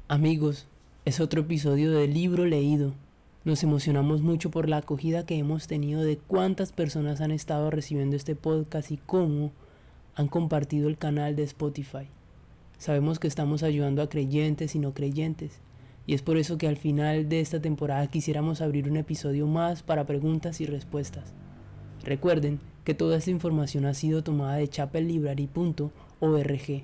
Amigos, es otro episodio de Libro Leído. Nos emocionamos mucho por la acogida que hemos tenido de cuántas personas han estado recibiendo este podcast y cómo han compartido el canal de Spotify. Sabemos que estamos ayudando a creyentes y no creyentes, y es por eso que al final de esta temporada quisiéramos abrir un episodio más para preguntas y respuestas. Recuerden que toda esta información ha sido tomada de chapellibrary.org.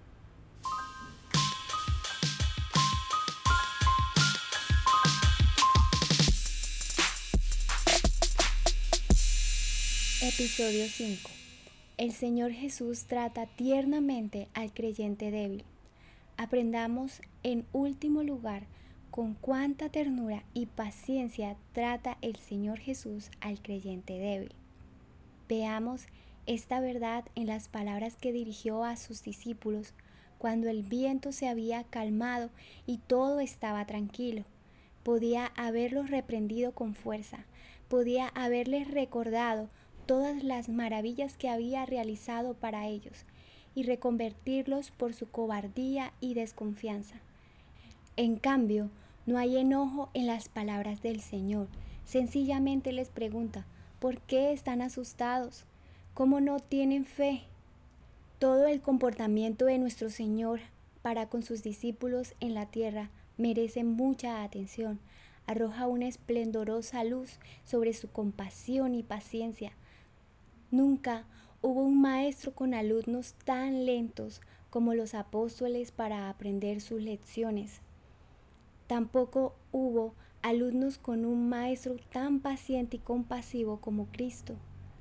Episodio 5. El Señor Jesús trata tiernamente al creyente débil. Aprendamos en último lugar con cuánta ternura y paciencia trata el Señor Jesús al creyente débil. Veamos esta verdad en las palabras que dirigió a sus discípulos cuando el viento se había calmado y todo estaba tranquilo. Podía haberlos reprendido con fuerza, podía haberles recordado todas las maravillas que había realizado para ellos y reconvertirlos por su cobardía y desconfianza. En cambio, no hay enojo en las palabras del Señor. Sencillamente les pregunta, ¿por qué están asustados? ¿Cómo no tienen fe? Todo el comportamiento de nuestro Señor para con sus discípulos en la tierra merece mucha atención. Arroja una esplendorosa luz sobre su compasión y paciencia. Nunca hubo un maestro con alumnos tan lentos como los apóstoles para aprender sus lecciones. Tampoco hubo alumnos con un maestro tan paciente y compasivo como Cristo.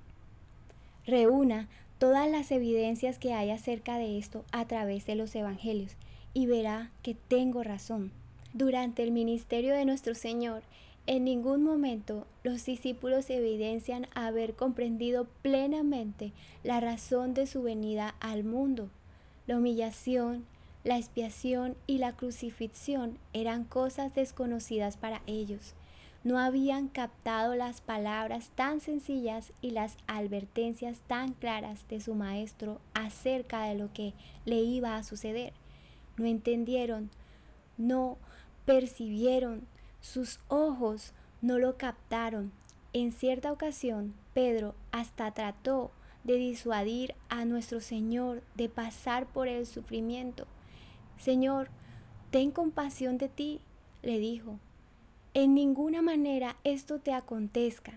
Reúna todas las evidencias que hay acerca de esto a través de los evangelios y verá que tengo razón. Durante el ministerio de nuestro Señor, en ningún momento los discípulos evidencian haber comprendido plenamente la razón de su venida al mundo. La humillación, la expiación y la crucifixión eran cosas desconocidas para ellos. No habían captado las palabras tan sencillas y las advertencias tan claras de su maestro acerca de lo que le iba a suceder. No entendieron, no percibieron, sus ojos no lo captaron. En cierta ocasión, Pedro hasta trató de disuadir a nuestro Señor de pasar por el sufrimiento. Señor, ten compasión de ti, le dijo. En ninguna manera esto te acontezca.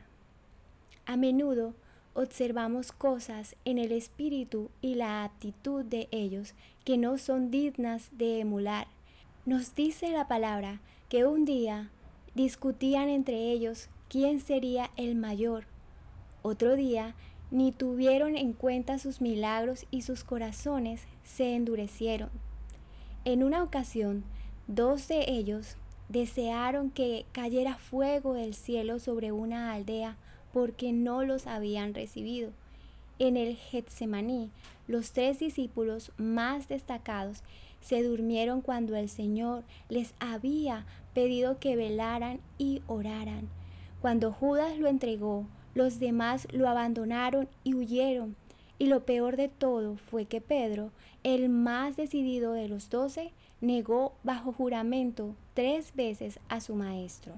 A menudo observamos cosas en el espíritu y la actitud de ellos que no son dignas de emular. Nos dice la palabra que un día discutían entre ellos quién sería el mayor. Otro día ni tuvieron en cuenta sus milagros y sus corazones se endurecieron. En una ocasión, 2 de ellos desearon que cayera fuego del cielo sobre una aldea porque no los habían recibido. En el Getsemaní, los 3 discípulos más destacados se durmieron cuando el Señor les había pedido que velaran y oraran. Cuando Judas lo entregó, los demás lo abandonaron y huyeron. Y lo peor de todo fue que Pedro, el más decidido de los 12, negó bajo juramento 3 veces a su maestro.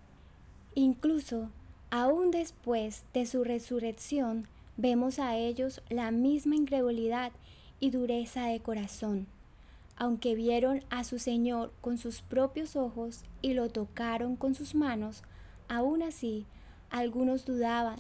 Incluso, aún después de su resurrección, vemos a ellos la misma incredulidad y dureza de corazón. Aunque vieron a su Señor con sus propios ojos y lo tocaron con sus manos, aún así algunos dudaban.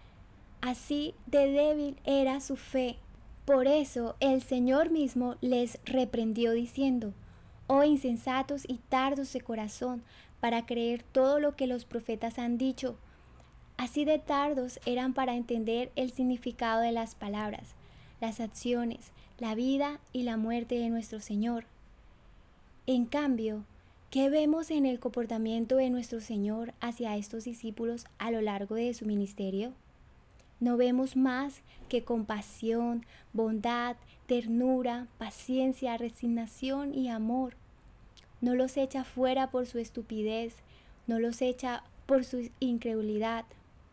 Así de débil era su fe. Por eso el Señor mismo les reprendió diciendo: «Oh insensatos y tardos de corazón, para creer todo lo que los profetas han dicho». Así de tardos eran para entender el significado de las palabras, las acciones, la vida y la muerte de nuestro Señor. En cambio, ¿qué vemos en el comportamiento de nuestro Señor hacia estos discípulos a lo largo de su ministerio? No vemos más que compasión, bondad, ternura, paciencia, resignación y amor. No los echa fuera por su estupidez, no los echa por su incredulidad.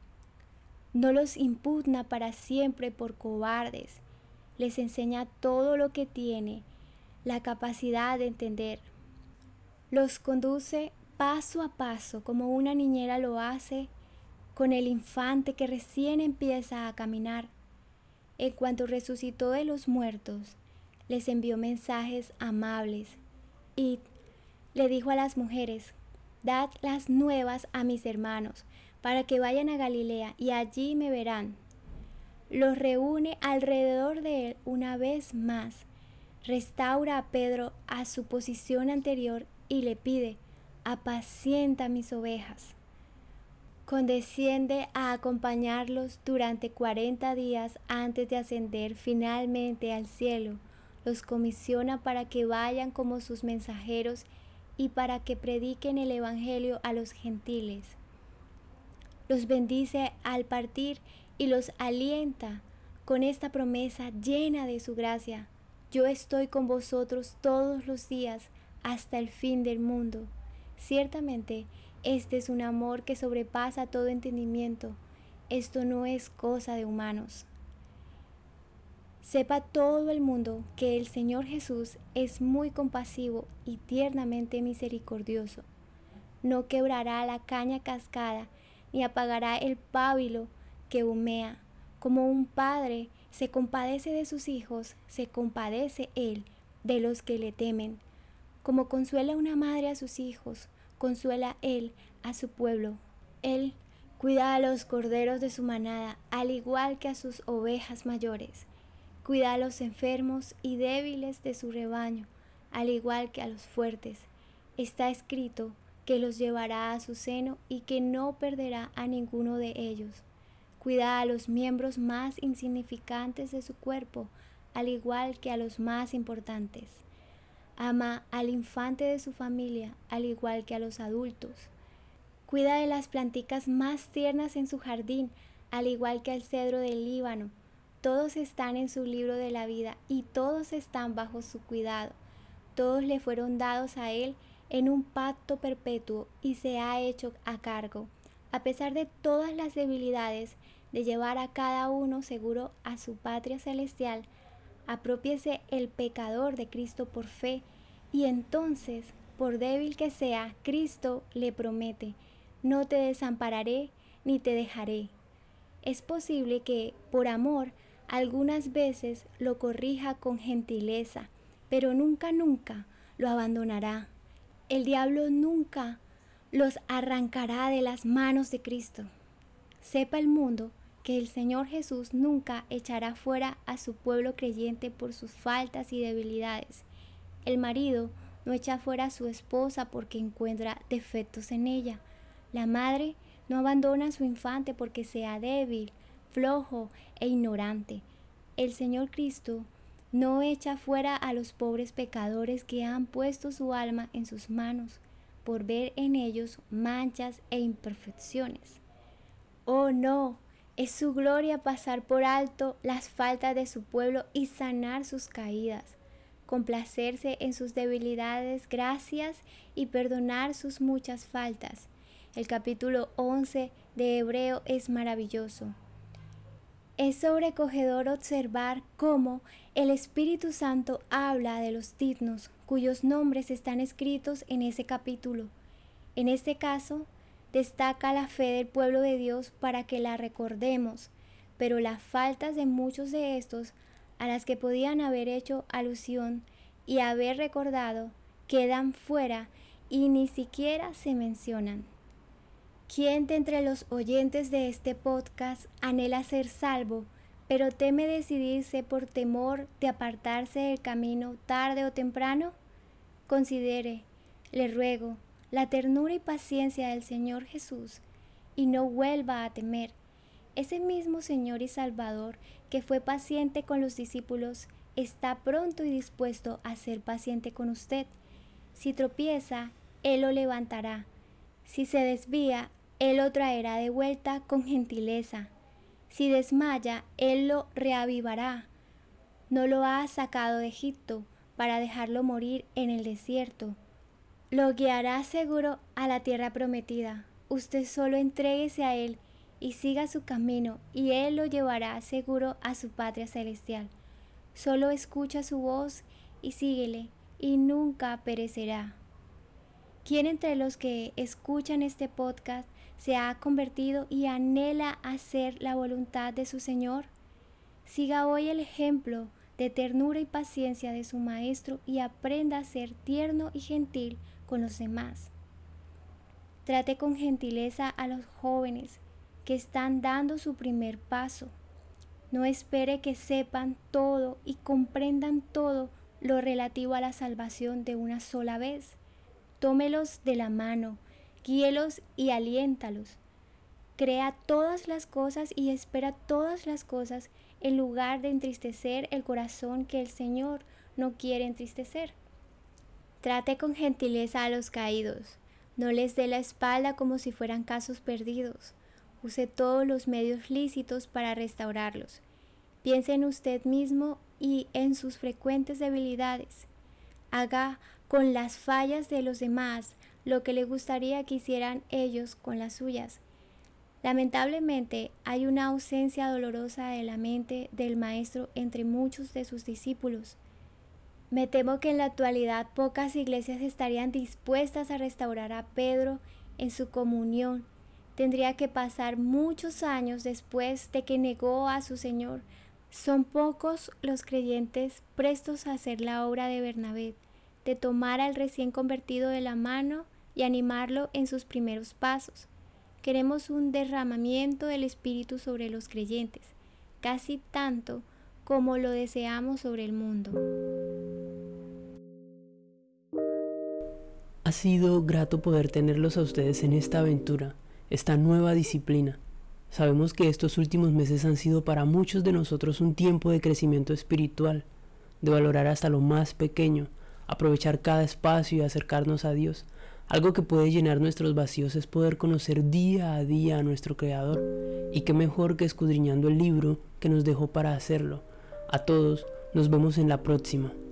No los impugna para siempre por cobardes. Les enseña todo lo que tiene, la capacidad de entender. Los conduce paso a paso como una niñera lo hace con el infante que recién empieza a caminar. En cuanto resucitó de los muertos, les envió mensajes amables. Y le dijo a las mujeres: dad las nuevas a mis hermanos, para que vayan a Galilea y allí me verán. Los reúne alrededor de él una vez más, restaura a Pedro a su posición anterior y le pide: apacienta mis ovejas. Condesciende a acompañarlos durante 40 días antes de ascender finalmente al cielo. Los comisiona para que vayan como sus mensajeros y para que prediquen el Evangelio a los gentiles. Los bendice al partir y los alienta con esta promesa llena de su gracia: yo estoy con vosotros todos los días hasta el fin del mundo. Ciertamente, este es un amor que sobrepasa todo entendimiento. Esto no es cosa de humanos. Sepa todo el mundo que el Señor Jesús es muy compasivo y tiernamente misericordioso. No quebrará la caña cascada, ni apagará el pábilo que humea. Como un padre se compadece de sus hijos, se compadece Él de los que le temen. Como consuela una madre a sus hijos, consuela Él a su pueblo. Él cuida a los corderos de su manada, al igual que a sus ovejas mayores. Cuida a los enfermos y débiles de su rebaño, al igual que a los fuertes. Está escrito que los llevará a su seno y que no perderá a ninguno de ellos. Cuida a los miembros más insignificantes de su cuerpo, al igual que a los más importantes. Ama al infante de su familia, al igual que a los adultos. Cuida de las planticas más tiernas en su jardín, al igual que al cedro del Líbano. Todos están en su libro de la vida y todos están bajo su cuidado. Todos le fueron dados a él en un pacto perpetuo y se ha hecho a cargo, a pesar de todas las debilidades, de llevar a cada uno seguro a su patria celestial. Aprópiese el pecador de Cristo por fe, y entonces, por débil que sea, Cristo le promete: no te desampararé ni te dejaré. Es posible que, por amor, algunas veces lo corrija con gentileza, pero nunca lo abandonará. El diablo nunca los arrancará de las manos de Cristo. Sepa el mundo que el Señor Jesús nunca echará fuera a su pueblo creyente por sus faltas y debilidades. El marido no echa fuera a su esposa porque encuentra defectos en ella. La madre no abandona a su infante porque sea débil, flojo e ignorante. El Señor Cristo no echa fuera a los pobres pecadores que han puesto su alma en sus manos por ver en ellos manchas e imperfecciones. Oh no, es su gloria pasar por alto las faltas de su pueblo y sanar sus caídas, complacerse en sus debilidades, gracias y perdonar sus muchas faltas. El capítulo 11 de Hebreo es maravilloso. Es sobrecogedor observar cómo el Espíritu Santo habla de los dignos, cuyos nombres están escritos en ese capítulo. En este caso, destaca la fe del pueblo de Dios para que la recordemos, pero las faltas de muchos de estos, a las que podían haber hecho alusión y haber recordado, quedan fuera y ni siquiera se mencionan. ¿Quién de entre los oyentes de este podcast anhela ser salvo, pero teme decidirse por temor de apartarse del camino tarde o temprano? Considere, le ruego, la ternura y paciencia del Señor Jesús, y no vuelva a temer. Ese mismo Señor y Salvador que fue paciente con los discípulos, está pronto y dispuesto a ser paciente con usted. Si tropieza, Él lo levantará. Si se desvía, Él lo traerá de vuelta con gentileza. Si desmaya, Él lo reavivará. No lo ha sacado de Egipto para dejarlo morir en el desierto. Lo guiará seguro a la tierra prometida. Usted solo entréguese a Él y siga su camino, y Él lo llevará seguro a su patria celestial. Solo escucha su voz y síguele, y nunca perecerá. ¿Quién entre los que escuchan este podcast se ha convertido y anhela hacer la voluntad de su Señor? Siga hoy el ejemplo de ternura y paciencia de su Maestro y aprenda a ser tierno y gentil con los demás. Trate con gentileza a los jóvenes que están dando su primer paso. No espere que sepan todo y comprendan todo lo relativo a la salvación de una sola vez. Tómelos de la mano, guíelos y aliéntalos. Crea todas las cosas y espera todas las cosas en lugar de entristecer el corazón que el Señor no quiere entristecer. Trate con gentileza a los caídos. No les dé la espalda como si fueran casos perdidos. Use todos los medios lícitos para restaurarlos. Piense en usted mismo y en sus frecuentes debilidades. Haga con las fallas de los demás lo que le gustaría que hicieran ellos con las suyas. Lamentablemente, hay una ausencia dolorosa de la mente del Maestro entre muchos de sus discípulos. Me temo que en la actualidad pocas iglesias estarían dispuestas a restaurar a Pedro en su comunión. Tendría que pasar muchos años después de que negó a su Señor. Son pocos los creyentes prestos a hacer la obra de Bernabé, de tomar al recién convertido de la mano y animarlo en sus primeros pasos. Queremos un derramamiento del Espíritu sobre los creyentes, casi tanto como lo deseamos sobre el mundo. Ha sido grato poder tenerlos a ustedes en esta aventura, esta nueva disciplina. Sabemos que estos últimos meses han sido para muchos de nosotros un tiempo de crecimiento espiritual, de valorar hasta lo más pequeño, aprovechar cada espacio y acercarnos a Dios. Algo que puede llenar nuestros vacíos es poder conocer día a día a nuestro Creador, y qué mejor que escudriñando el libro que nos dejó para hacerlo. A todos, nos vemos en la próxima.